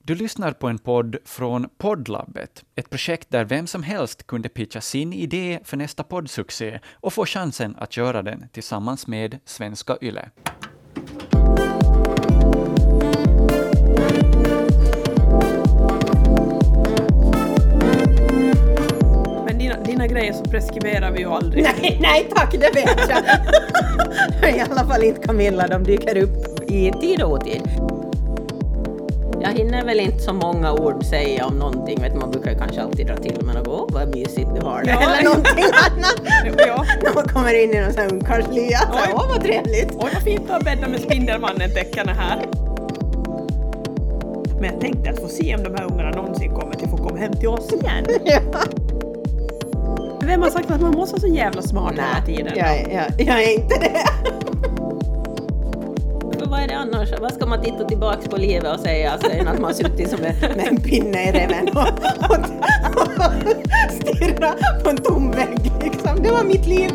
Du lyssnar på en podd från Poddlabbet, ett projekt där vem som helst kunde pitcha sin idé för nästa poddsuccé och få chansen att göra den tillsammans med Svenska Yle. Men dina grejer så preskriberar vi ju aldrig. Nej tack, det vet jag. I alla fall inte Camilla, de dyker upp i tid och otid. Jag hinner väl inte så många ord säga om någonting. Vet man brukar kanske alltid dra till med något. Vad mysigt du har det. Ja. Eller någonting annat. Ja. När man kommer in i någon sån här ungkarlslya. Åh, vad trevligt. Oj, vad fint att bädda med Spindelmannen-täckarna här. Men jag tänkte att få se om de här ungarna någonsin kommer till få komma hem till oss igen. Ja. Vem har sagt att man måste vara så jävla smart hela tiden? Jag är inte det. För vad är det annars? Vad ska man titta tillbaka på livet och säga sen att man har suttit som med en pinne i reven och stirra på en tom vägg liksom. Det var mitt liv.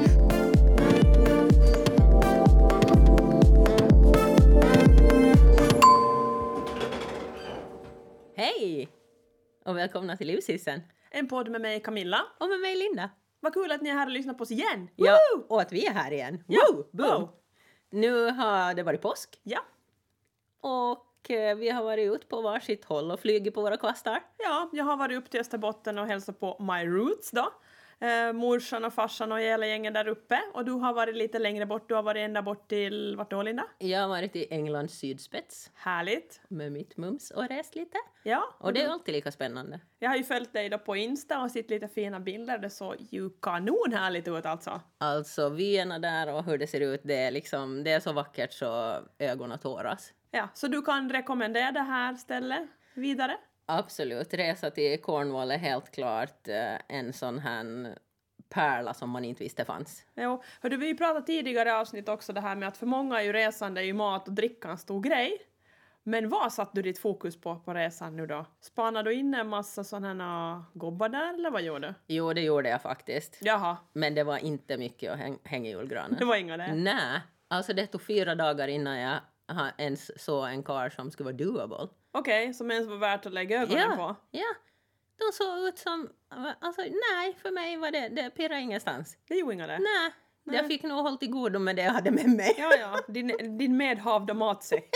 Hej! Och välkomna till Livshissen. En podd med mig Camilla. Och med mig Linda. Vad kul att ni är här och lyssnar på oss igen. Ja, Woo! och att vi är här igen. Ja, Woo! Boom! wow. Nu har det varit påsk. Ja. Och vi har varit ut på varsitt håll och flugit på våra kvastar. Ja, jag har varit upp till Österbotten och hälsat på My Roots då. Morsan och farsan och hela gängen där uppe. Och du har varit lite längre bort. Du har varit ända bort till, vart då Linda? Jag har varit i Englands sydspets Härligt. med mitt mums och rest lite. Ja. Och det är alltid lika spännande. Jag har ju följt dig då på Insta och sett lite fina bilder. Det såg ju kanonhärligt ut alltså. Alltså vyerna där och hur det ser ut, det är så vackert så ögonen tåras. Ja, så du kan rekommendera det här stället vidare? Absolut, resa till Cornwall är helt klart en sån här pärla som man inte visste fanns. Jo, hörde vi pratade tidigare i avsnitt också det här med att för många är ju resande är ju mat och dricka en stor grej. Men vad satt du ditt fokus på resan nu då? Spanade du in en massa sådana gobbar där eller vad gjorde du? Jo, det gjorde jag faktiskt. Jaha, Men det var inte mycket att hänga i julgranen. det var inga det. Nej, alltså det tog 4 dagar innan jag ens såg en karl som skulle vara doable. Okej, som ens var värt att lägga ögonen på. Ja, de såg ut som, alltså nej, för mig var det pirrade ingenstans. Det gjorde inga det. Nej, jag fick nog hålla till godo med det jag hade med mig. Ja, din medhavda matsäck.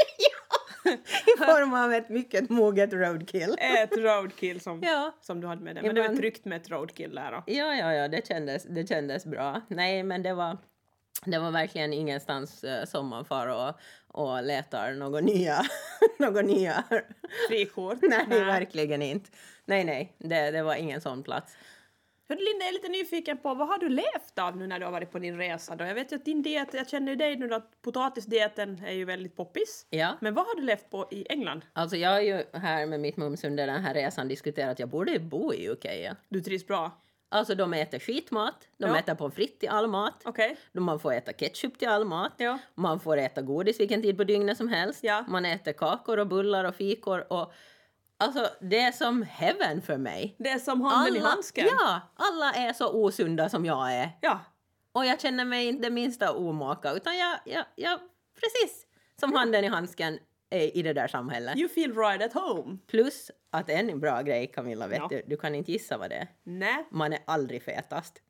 I form av ett mycket moget roadkill. Ett roadkill som du hade med dig. Men det var Ibland- tryggt med ett roadkill där då. Ja, det kändes bra. Nej, men det var verkligen ingenstans som man far och letar några nya. Frikort. Nej, verkligen inte. Nej, det var ingen sån plats. Hörde Linda, jag är lite nyfiken på, vad har du levt av nu när du har varit på din resa då? Jag vet ju att din diet, jag känner ju dig nu då, att potatisdieten är ju väldigt poppis. Ja. Men vad har du levt på i England? Alltså jag har ju här med mitt mums under den här resan diskuterat att jag borde bo i UK. Ja. Du trivs bra? Alltså de äter skitmat, de äter pommes frites till all mat. Okej. Man får äta ketchup till all mat. Ja. Man får äta godis vilken tid på dygnet som helst. Ja. Man äter kakor och bullar och fikor och alltså det är som heaven för mig. Det är som handen i handsken. Ja, alla är så osunda som jag är. Ja. Och jag känner mig inte det minsta omaka utan jag precis som handen i handsken är i det där samhället. You feel right at home. Plus att en bra grej Camilla vet Ja. du kan inte gissa vad det är. Nej. Man är aldrig fetast.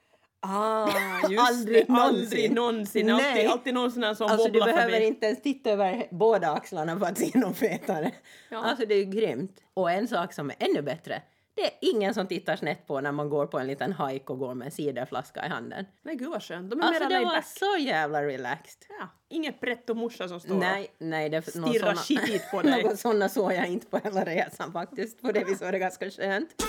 Just Aldrig det. Aldrig någonsin. någonsin. Nej. Alltid någon sån här som Alltså du wobblar behöver förbi. inte ens titta över båda axlarna för att se någon fetare. Ja. Alltså det är ju grymt. Och en sak som är ännu bättre. Det är ingen som tittar snett på när man går på en liten hike och går med en ciderflaska i handen. Men gud vad skönt. De är Alltså mera det laid var back. så jävla relaxed. Ja. Inget pretto-morsa som står Nej, det och stirrar skitigt på dig. Något sådana såg jag inte på hela resan faktiskt. På det viset var det ganska skönt.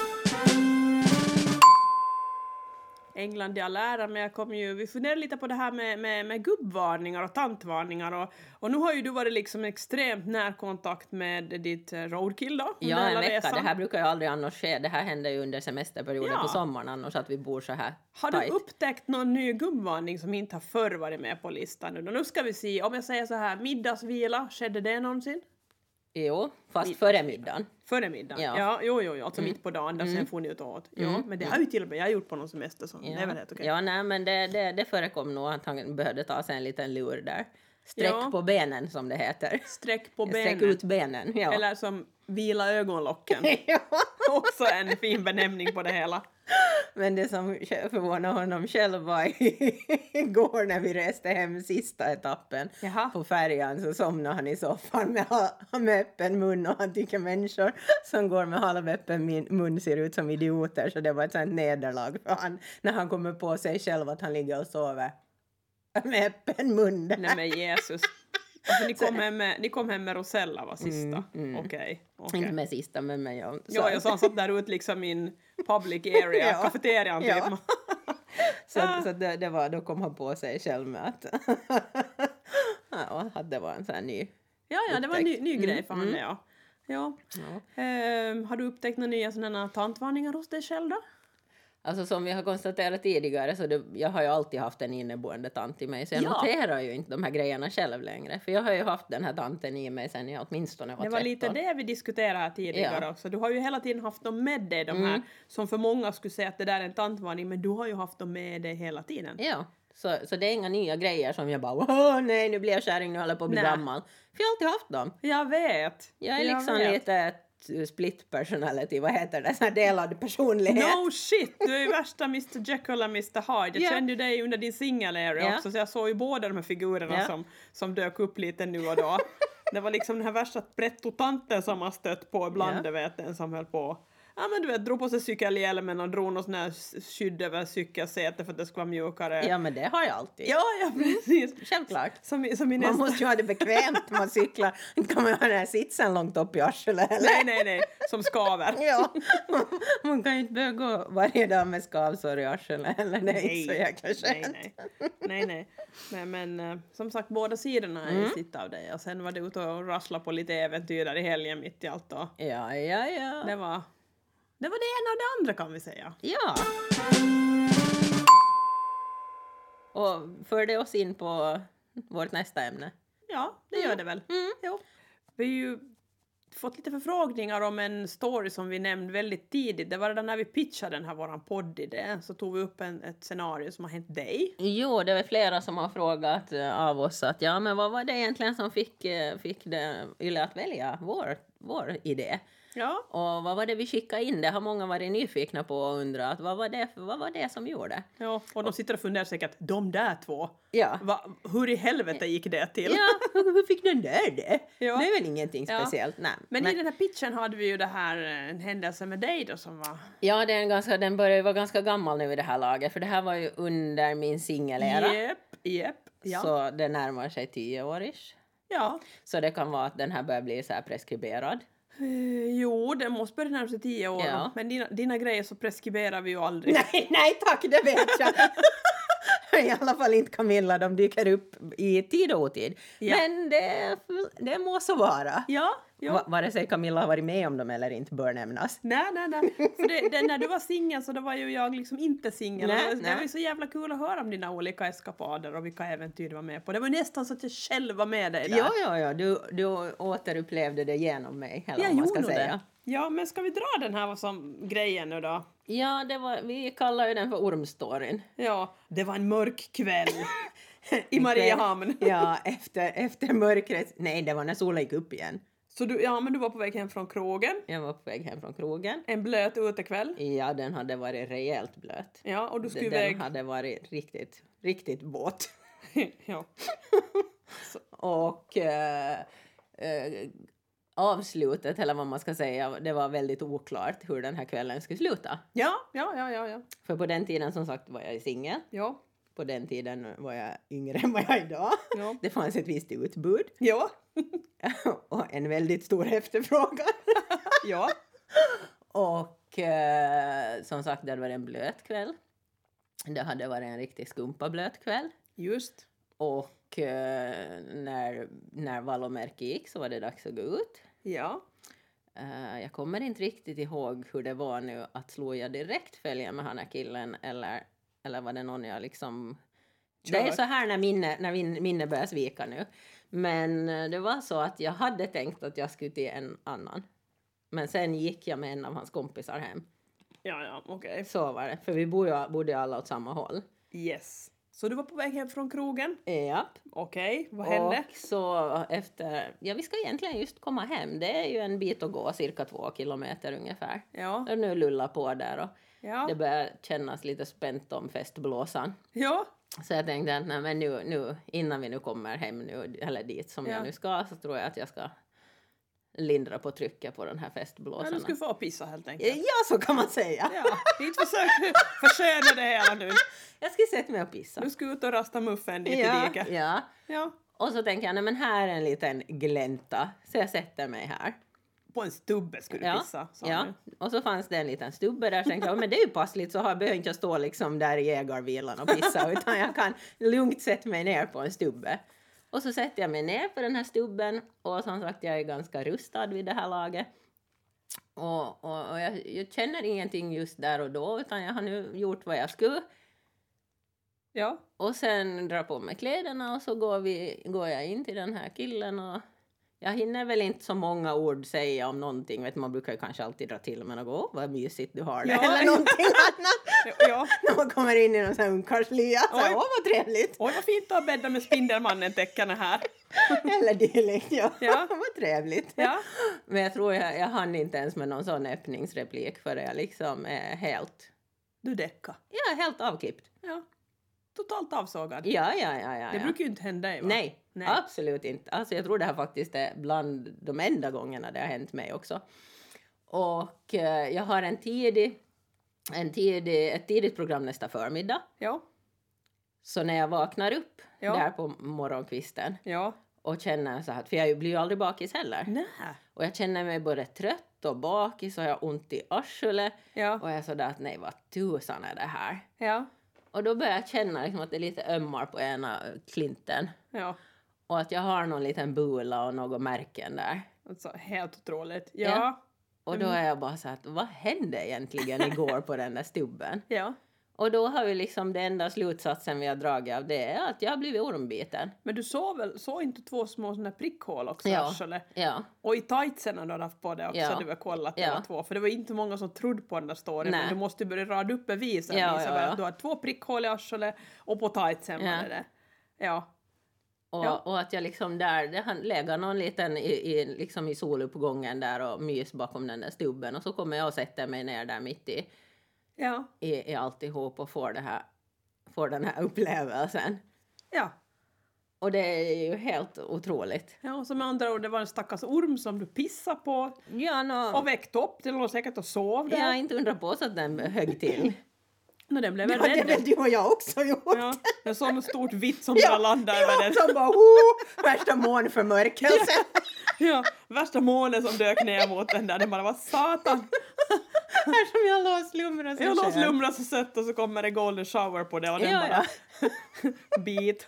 England jag lära mig, vi funderar lite på det här med gubbvarningar och tantvarningar och nu har ju du varit liksom extremt närkontakt med ditt roadkill då. Ja, under en hela vecka. resan. Det här brukar ju aldrig annars ske. Det här händer ju under semesterperioden Ja. på sommaren annars att vi bor så här Har tight. du upptäckt någon ny gubbvarning som inte har förr varit med på listan nu? Nu ska vi se, om jag säger så här, middagsvila, skedde det någonsin? Jo, fast före middagen. Före middagen? Ja. Ja, jo, alltså mitt på dagen, där sen får ni ut och åt. Ja, men det har ju till och med jag har gjort på någon semester, så det är väl helt okej. Ja, nej, men det förekom nog att han behövde ta sig en liten lur där. Sträck på benen som det heter. Sträck på benen. Sträck ut benen, ja. Eller som vila ögonlocken. Ja. Också en fin benämning på det hela. Men det som förvånade honom själv var igår när vi reste hem sista etappen på färjan, så somnade han i soffan med öppen mun, och han tycker människor som går med halvöppen mun ser ut som idioter, så det var ett sånt nederlag för han när han kommer på sig själv att han ligger och sover med öppen mun där. Nej men Jesus. Alltså, ni kom hem med Rosella var sista. Okej. Inte med sista, men med jag. Ja, jag satt där ut liksom i en public area, kafeterian typ. Ja. så det var, då kom han på sig själv med att att det var en sån här ny Ja, det var en ny grej för han, ja. Har du upptäckt några nya sådana tantvarningar hos dig själv då? Alltså som vi har konstaterat tidigare, så jag har ju alltid haft en inneboende tant i mig, så jag noterar ju inte de här grejerna själv längre. För jag har ju haft den här tanten i mig sen jag åtminstone var 13. Det var lite det vi diskuterade här tidigare också. Du har ju hela tiden haft dem med dig, de här som för många skulle säga att det där är en tantvarning, men du har ju haft dem med dig hela tiden. Ja, så det är inga nya grejer som jag bara, nej nu blir jag kärring, nu håller jag på att bli gammal. För jag har alltid haft dem. Jag vet. Jag är liksom lite split personality, vad heter det? Sån här delad personlighet. No shit, du är ju värsta Mr. Jekyll och Mr. Hyde. Jag kände ju dig under din single-area också, så jag såg ju båda de här figurerna som dök upp lite nu och då. Det var liksom den här värsta pretto-tanten som man stött på ibland, vet en som höll på. Ja men du vet, drog på sig cykelhjälmen och drog någon sån här skydd över cykelsätet för att det skulle vara mjukare. Ja men det har jag alltid. Ja precis. Självklart. Man måste ju ha det bekvämt när man cyklar. Inte kan man ha den här sitsen långt upp i arslet eller? Nej, som skaver. Ja, man kan ju inte börja gå varje dag med skavsår i arslet eller? Det är inte så jäkla skönt. Nej. Men som sagt, båda sidorna är sitt av dig. Och sen var det ute och rassla på lite äventyr där i helgen mitt i allt då. Ja. Det var det ena och det andra kan vi säga. Ja. Och förde oss in på vårt nästa ämne. Ja, det gör det väl. Jo. Vi har ju fått lite förfrågningar om en story som vi nämnde väldigt tidigt. Det var redan när vi pitchade den här våran poddidé. Så tog vi upp ett scenario som har hänt dig. Jo, det är flera som har frågat av oss att men vad var det egentligen som fick det Yle att välja vår idé? Ja. Och vad var det vi skickade in? Det har många varit nyfikna på och undrat vad var det som gjorde? Ja, och de sitter och funderar säkert, de där två. Ja. Hur i helvete gick det till? Ja, hur fick den där det? Ja. Det är väl ingenting speciellt. Nej. Men i den här pitchen hade vi ju det här, en händelse med dig då som var... Ja, den börjar ju vara ganska gammal nu i det här laget. För det här var ju under min singelera. Japp. Ja. Så det närmar sig 10 år-ish. Ja. Så det kan vara att den här börjar bli så här preskriberad. Jo, det måste börja närma sig 10 år. Ja. Men dina grejer så preskriberar vi ju aldrig. Nej tack, det vet jag. I alla fall inte Camilla, de dyker upp i tid och otid. Ja. Men det må så vara. Ja. Vare sig Camilla har varit med om dem eller inte bör nämnas. Nej. För när du var singel så då var ju jag liksom inte singel. Det var ju så jävla kul att höra om dina olika eskapader och vilka äventyr du var med på. Det var nästan så att jag själv var med dig där. Ja. Du återupplevde det genom mig. Eller vad man ska säga. Det. Ja, men ska vi dra den här som grejen nu då? Ja, vi kallar ju den för ormstoryn. Ja, det var en mörk kväll i Mariehamn. Ja, efter mörkret. Nej, det var när solen gick upp igen. Så du var på väg hem från krogen? Jag var på väg hem från krogen. En blöt utekväll? Ja, den hade varit rejält blöt. Ja, och du skulle den hade varit riktigt båt. Ja. Och avslutet, eller vad man ska säga, det var väldigt oklart hur den här kvällen skulle sluta. Ja. För på den tiden som sagt var jag singel. Ja. På den tiden var jag yngre än vad jag är idag. Ja. Det fanns ett visst utbud. Ja. Och en väldigt stor efterfrågan. Ja. Och som sagt, det var en blöt kväll. Det hade varit en riktigt skumpablöt kväll. Just. Och när Vallomärke gick så var det dags att gå ut. Ja. Jag kommer inte riktigt ihåg hur det var nu att slå jag direkt följa med han här killen eller var det någon jag liksom... Det är så här när minne börjar svika nu. Men det var så att jag hade tänkt att jag skulle till en annan. Men sen gick jag med en av hans kompisar hem. Ja, okej. Så var det. För vi bodde alla åt samma håll. Yes. Så du var på väg hem från krogen? Ja. Okej, vad hände? Och så efter, ja vi ska egentligen just komma hem. Det är ju en bit att gå, cirka 2 kilometer ungefär. Ja. Och nu lullar på där och Ja. det börjar kännas lite spänt om festblåsan. Ja. Så jag tänkte att nej, men nu, innan vi nu kommer hem nu, eller dit som jag nu ska, så tror jag att jag ska lindra på trycket på den här festblåsan. Ja, du skulle få pissa helt enkelt. Ja, så kan man säga. Ja, inte försköna det hela nu. Jag ska sätta mig och pissa. Du ska ut och rasta muffen dit i diket. Ja. Ja. Och så tänker jag, nej men här är en liten glänta. Så jag sätter mig här. På en stubbe skulle du pissa. Ja. Och så fanns det en liten stubbe där. Så tänkte jag, men det är ju passligt så behöver inte jag stå liksom där i ägarvilan och pissa. Utan jag kan lugnt sätta mig ner på en stubbe. Och så sätter jag mig ner på den här stubben. Och som sagt, jag är ganska rustad vid det här laget. Och jag känner ingenting just där och då. Utan jag har nu gjort vad jag skulle. Ja. Och sen drar på mig kläderna och så går jag in till den här killen och jag hinner väl inte så många ord säga om någonting. Vet man brukar ju kanske alltid dra till men gå, vad mysigt du har det. Ja. Eller någonting annat. Ja. När man kommer in i någon sån här ungkarlslya. Så, Oj. vad trevligt. Oj, vad fint att bädda med Spindelmannen-täckarna här. Eller dylikt, ja. Ja. Vad trevligt. Ja. Men jag tror jag hann inte ens med någon sån öppningsreplik för jag liksom är helt... Du däckar. Jag är helt avklippt. Ja. Totalt avsågad. Ja. Det brukar ju inte hända dig, va? Nej, absolut inte. Alltså jag tror det här faktiskt är bland de enda gångerna det har hänt mig också. Och jag har ett tidigt program nästa förmiddag. Ja. Så när jag vaknar upp Ja. där på morgonkvisten Ja. och känner så här, för jag blir ju aldrig bakis heller. Nej. Och jag känner mig både trött och bakis och jag har ont i arslet. Ja. Och jag är sådär att nej, vad tusan är det här? Ja. Och då börjar jag känna liksom att det är lite ömmar på ena klinten. Ja. Och att jag har någon liten bula och några märken där. Alltså, helt otroligt. Ja. Ja. Och då är jag bara så att vad hände egentligen igår på den där stubben? Ja. Och då har vi liksom det enda slutsatsen vi har dragit av det är att jag har blivit ormbiten. Men du såg inte 2 små såna prickhål också? Ja. Arsle? Ja. Och i tightsen har du haft på det också, Ja. du har kollat Ja. alla 2. För det var inte många som trodde på den där storyn. Nej. Men du måste börja rada upp bevisen. Ja, Visa ja, ja. att du har 2 prickhål i arslet och på tightsen var Ja. det där. Ja. Och att jag liksom där, det han lägger någon liten liksom i soluppgången där och mys bakom den där stubben. Och så kommer jag och sätter mig ner där mitt Ja. i alltihop och får den här upplevelsen. Ja. Och det är ju helt otroligt. Ja, och så med andra ord, det var en stackars orm som du pissade på Ja, och väckte upp. Den låg säkert och sov där. jag inte undrar på så att den högg till. Men den blev väl Ja, det rädd. vet du och jag också gjort. Ja, en sån stort vitt som bara landade över den. som bara, värsta månförmörkelsen. Ja, värsta månen som dök ner mot den där. Den bara, vad satan. Här som jag låg och slumrade så Jag låg och själv. slumrade så sött och så kommer det golden shower på det och den Ja, bara bit.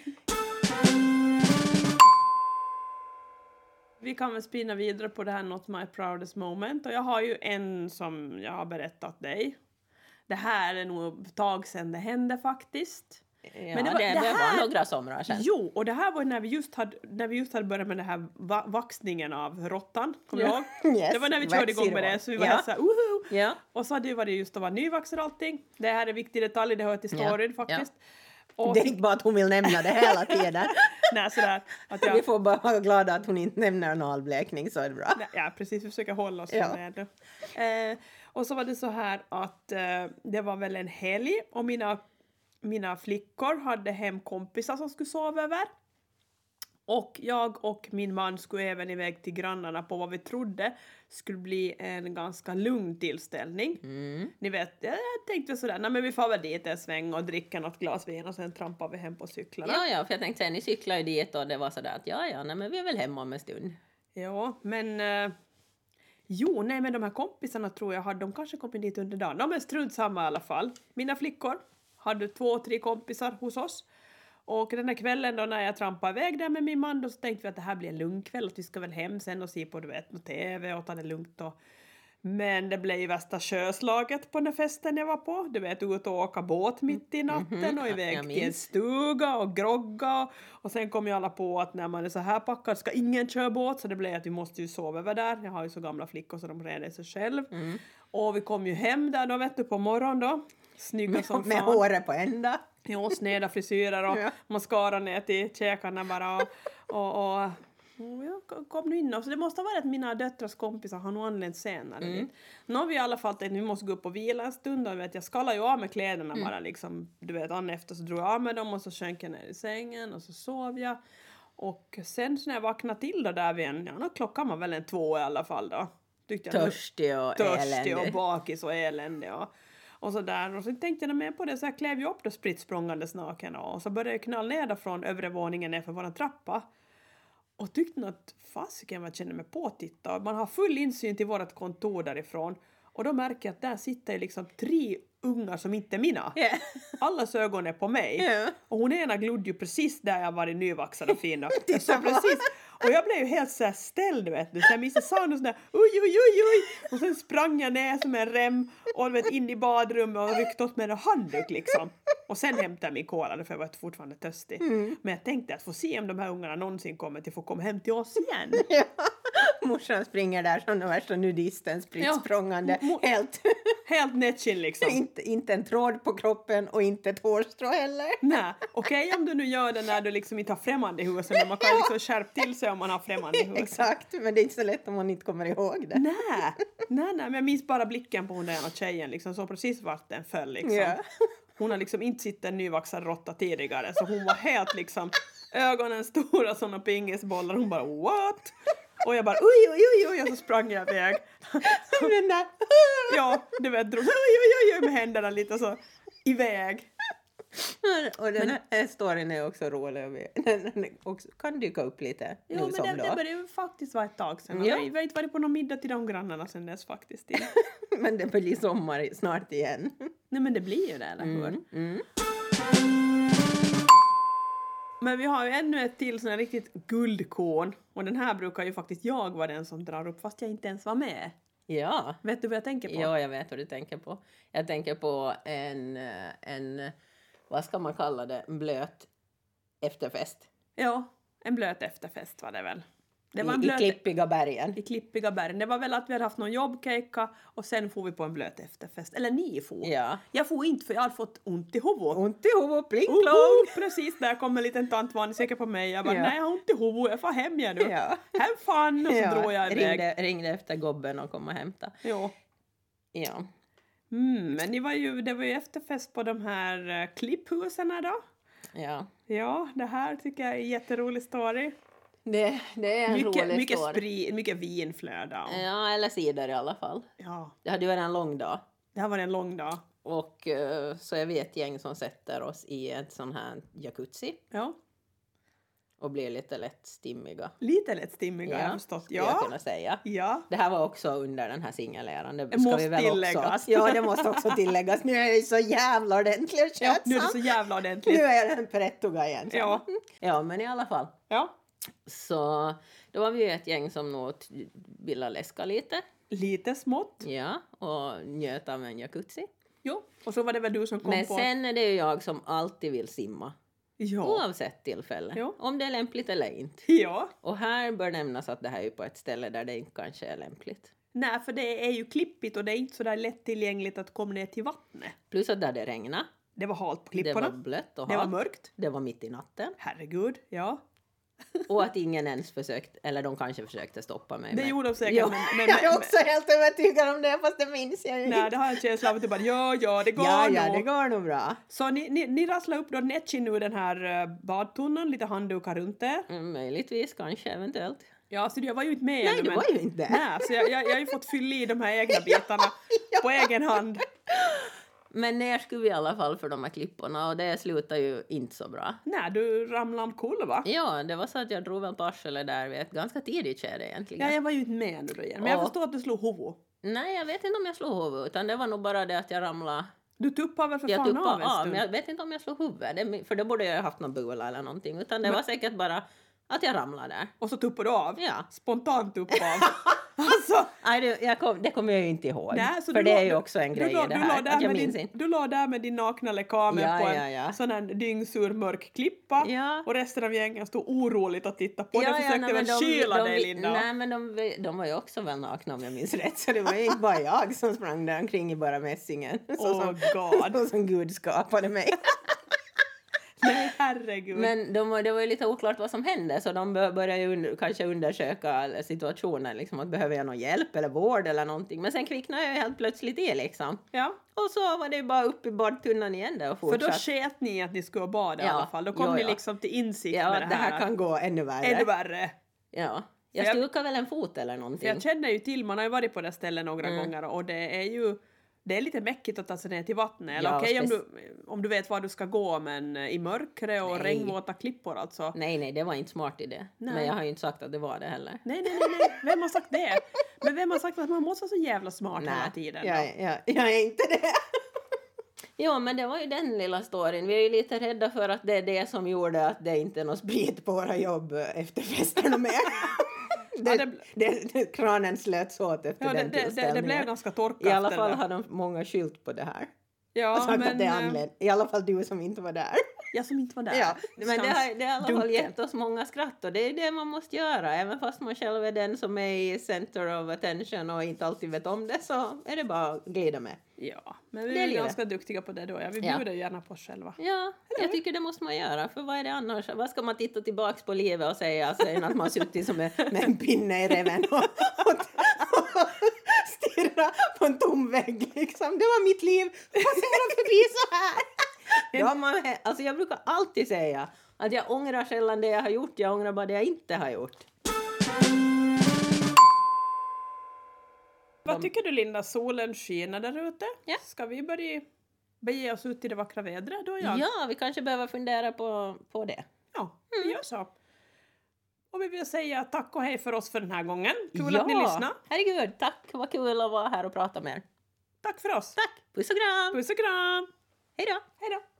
Vi kan väl spinna vidare på det här Not My Proudest Moment. Och jag har ju en som jag har berättat dig. Det här är nog ett tag sedan det hände faktiskt. Ja, Men det var några somrar sedan. Jo, och det här var när vi just hade börjat med den här vaxningen av råttan. Kommer du ihåg? Yes, Det var när vi körde igång med det. Så vi var helt så här, woho! Ja. Och så hade det just att vara nyvaxad och allting. Det här är en viktig detalj, det hör till storyn faktiskt. Och Det är inte bara att hon vill nämna det hela tiden. nej, sådär. Att Vi jag, får bara vara glada att hon inte nämner analblekning så är det bra. nej, ja, precis. Vi försöker hålla oss Ja. från det nu. Och så var det så här att det var väl en helg och mina flickor hade hemkompisar som skulle sova över. Och jag och min man skulle även iväg till grannarna på vad vi trodde skulle bli en ganska lugn tillställning. Ni vet, jag tänkte sådär, nej men vi får väl dit en sväng och dricka något glas vin och sen trampar vi hem på cyklarna. Ja, för jag tänkte säga, ni cyklar ju dit och det var sådär att nej men vi är väl hemma om en stund. Ja, men men de här kompisarna tror jag de kanske kommit dit under dagen. De är strunt samma i alla fall. Mina flickor hade 2-3 kompisar hos oss. Och den här kvällen då när jag trampade iväg där med min man då så tänkte vi att det här blir en lugn kväll. Att vi ska väl hem sen och se på något tv och ta det lugnt. Men det blev ju värsta sjöslaget på den festen jag var på. Du vet, ut och åka båt mitt i natten och iväg till en stuga och grogga. Och sen kom ju alla på att när man är så här packad ska ingen köra båt. Så det blev att vi måste ju sova över där. Jag har ju så gamla flickor så de reder sig själv. Och vi kom ju hem där då, vet du, på morgon då. Snygga som fan. Med håret på ända. Ja, sneda frisyrer och mascara ner till käkarna bara. Och jag kom nu in. Så det måste ha varit att mina döttrars kompisar har nog anlänt senare. Nu har vi i alla fall att vi måste gå upp och vila en stund. Och jag skallar ju av med kläderna bara liksom. Du vet, efter så drog jag av med dem och så sjönk jag ner i sängen och så sov jag. Och sen så när jag vaknade till då där vid klockan var väl 2 i alla fall då. Törstig och bakis och eländig och så där. Och så tänkte jag med på det så jag klev ju upp då spritt språngandes naken och så började jag knalla ner från övre våningen ner för våran trappa. Och tyckte att fasiken jag kände mig påtitta. Man har full insyn till vårt kontor därifrån. Och då märker jag att där sitter liksom 3 ungar som inte är mina. Yeah. Allas ögon är på mig. Yeah. Och hon ena glodde ju precis där jag varit nyvaxad och fin. Så precis. Och jag blev ju helt så här ställd, vet du. Så jag minns jag sa något sån där, oj. Och sen sprang jag ner som en rem och vet, in i badrummet och ryckte åt med en handduk liksom. Och sen hämtade jag min cola för jag var fortfarande törstig. Men jag tänkte att få se om de här ungarna någonsin kommer till få komma hem till oss igen. Ja. Morsan springer där som den värsta nudisten, spritt språngande. Helt nätkin liksom. Inte en tråd på kroppen och inte ett hårstrå heller. Nej, okej, om du nu gör det när du liksom inte har främmande i huset. Men man kan liksom skärpa till sig om man har främmande i huset. Exakt, men det är inte så lätt om man inte kommer ihåg det. Nej, men jag minns bara blicken på hon där ena tjejen liksom. Så precis vart den föll liksom. Yeah. Hon har liksom inte sitt en nyvaxad råtta tidigare. Så hon var helt liksom, ögonen stora som en pingisbollar. Hon bara, what? Och jag bara, oj, och så sprang jag iväg. Den där. Ja, du vet, drog oj, med händerna lite så iväg. Och den här storyn är också rolig. Den också kan dyka upp lite nu men som då. det började faktiskt vara ett tag sedan. Ja. Jag har inte varit på någon middag till de grannarna sedan dess faktiskt. Men det blir sommar snart igen. Nej, men det blir ju det, eller hur? Men vi har ju ännu ett till sån här riktigt guldkorn. Och den här brukar ju faktiskt jag vara den som drar upp fast jag inte ens var med. Ja. Vet du vad jag tänker på? Ja, jag vet vad du tänker på. Jag tänker på en vad ska man kalla det? En blöt efterfest. Ja, en blöt efterfest var det väl. Det var I Klippiga bergen. I Klippiga bergen. Det var väl att vi hade haft någon jobbkejka och sen får vi på en blöt efterfest. Eller ni får. Ja. Jag får inte för jag har fått ont i huvudet. Ont i huvudet, pling plong. Precis, där kom en liten tant var säker på mig. Jag bara, nej jag har ont i huvudet, jag får hem jag nu. Ja. Have fun! Och så drog jag iväg. Ringde efter gobben och kom och hämta. Ja. Men det var ju efterfest på de här klipphusen då. Ja. Ja, det här tycker jag är en jätterolig story. Det är en rolig story. Mycket vinflöde. Ja, eller cider i alla fall. Ja. Det hade ju varit en lång dag. Det har varit en lång dag. Och så är vi ett gäng som sätter oss i ett sån här jacuzzi. Ja. Och blir lite lätt stimmiga. Lite lätt stimmiga, jag har förstått. Ja, jag kunna säga. Ja. Det här var också under den här singelleran. Det måste tilläggas. Också. Ja, det måste också tilläggas. Nu är jag så jävla ordentlig och ja, nu är det så jävla ordentligt. Nu är jag en prettuga igen. Ja. Ja, men i alla fall. Ja. Så då var vi ett gäng som nog ville läska lite. Lite smått. Ja, och njöt av en jacuzzi. Jo, och så var det väl du som kom men på. Men sen är det ju jag som alltid vill simma. Ja. Oavsett tillfälle. Ja. Om det är lämpligt eller inte. Ja. Och här bör nämnas att det här är på ett ställe där det inte kanske är lämpligt. Nej, för det är ju klippigt och det är inte så där lättillgängligt att komma ner till vattnet. Plus att där det regnade. Det var halt på klipporna. Det var blött och halt. Det var mörkt. Det var mitt i natten. Herregud, ja. Och att ingen ens försökte, eller de kanske försökte stoppa mig. Det gjorde de säkert. Ja, men jag är också helt övertygad om det, fast det minns jag ju inte. Nej, det har jag en känsla av att du bara, ja, det går nog. Ja, det går nog bra. Så ni rasslar upp då nätkin ur den här badtunnan, lite handdukar runt det. Möjligtvis, kanske, eventuellt. Ja, så jag var ju inte med. Nej, du var ju inte. Nej, så jag har ju fått fylla i de här egna bitarna på egen hand. Men ner skulle vi i alla fall för de här klipporna och det slutar ju inte så bra. Nej, du ramlade omkull, va? Ja, det var så att jag drog väl på arslet där vid ett ganska tidigt skede egentligen. Ja, jag var ju inte med nu då igen. Men jag förstår att du slog huvudet. Nej, jag vet inte om jag slog huvudet, utan det var nog bara det att jag ramlade. Du tuppade väl för fan av en stund? Men jag vet inte om jag slog huvudet, för då borde jag ha haft någon bula eller någonting. Utan det var säkert bara att jag ramlade där. Och så tuppade du av? Ja. Spontant upp av? Alltså, det kommer jag ju inte ihåg. nej, för det är ju också en grej i det här. Att jag minns inte. Du låg där med din nakna lekamen på en sån här dyngsur mörk klippa. Ja. Och resten av gängen stod oroligt att titta på. Det försökte väl kyla dig, Linda. Nej, men de var ju också väl nakna om jag minns rätt. Så det var ju inte bara jag som sprang där omkring i bara mässingen. Så som Gud skapade mig. Nej, herregud. Men det var ju lite oklart vad som hände, så de började ju kanske undersöka situationen, liksom, att behöver jag någon hjälp eller vård eller någonting. Men sen kvicknade jag helt plötsligt i, liksom. Ja. Och så var det bara upp i badtunnan igen där och fortsatt. För då sket ni att ni skulle bada i alla fall. Då kom ni liksom till insikt med det här kan gå ännu värre. Ännu värre. Ja. Jag stukar väl en fot eller någonting. Jag känner ju till, man har ju varit på det stället några gånger och det är lite mäckigt att ta sig ner till vattnet. Eller okej, om du vet var du ska gå, men i mörkret och regnvåta klippor alltså. Nej, det var inte smart idé. Nej. Men jag har ju inte sagt att det var det heller. Nej. Vem har sagt det? Men vem har sagt att man måste vara så jävla smart hela tiden? Jag är inte det. Ja, men det var ju den lilla storyn. Vi är ju lite rädda för att det är det som gjorde att det inte är något sprit på våra jobb efter festen och mer. Kranen slöts åt efter den tillställningen. Det blev ganska torkat. I alla fall har de många skylt på det här. Ja, men i alla fall du som inte var där. Jag som inte var där. Ja, men det har i alla fall gett oss många skratt, och det är det man måste göra. Även fast man själv är den som är i center of attention och inte alltid vet om det, så är det bara att glida med. Ja, men vi är ganska duktiga på det då. Vi bjuder gärna på oss själva. Ja, jag tycker det måste man göra. För vad är det annars? Vad ska man titta tillbaka på livet och säga sen att man suttit som med en pinne i reven och stirra på en tom vägg liksom. Det var mitt liv. Passera förbi så här. Alltså jag brukar alltid säga att jag ångrar sällan det jag har gjort. Jag ångrar bara det jag inte har gjort. Vad tycker du, Linda? Solen skiner där ute. Ja. Ska vi börja bege oss ut i det vackra vädret då? Ja, vi kanske behöver fundera på det. Ja, vi gör så. Och vi vill säga tack och hej för oss för den här gången. Kul att ni lyssnade. Herregud, tack. Vad kul att vara här och prata med er. Tack för oss. Tack. Puss och kram. Puss och kram. Hej då. Hej då.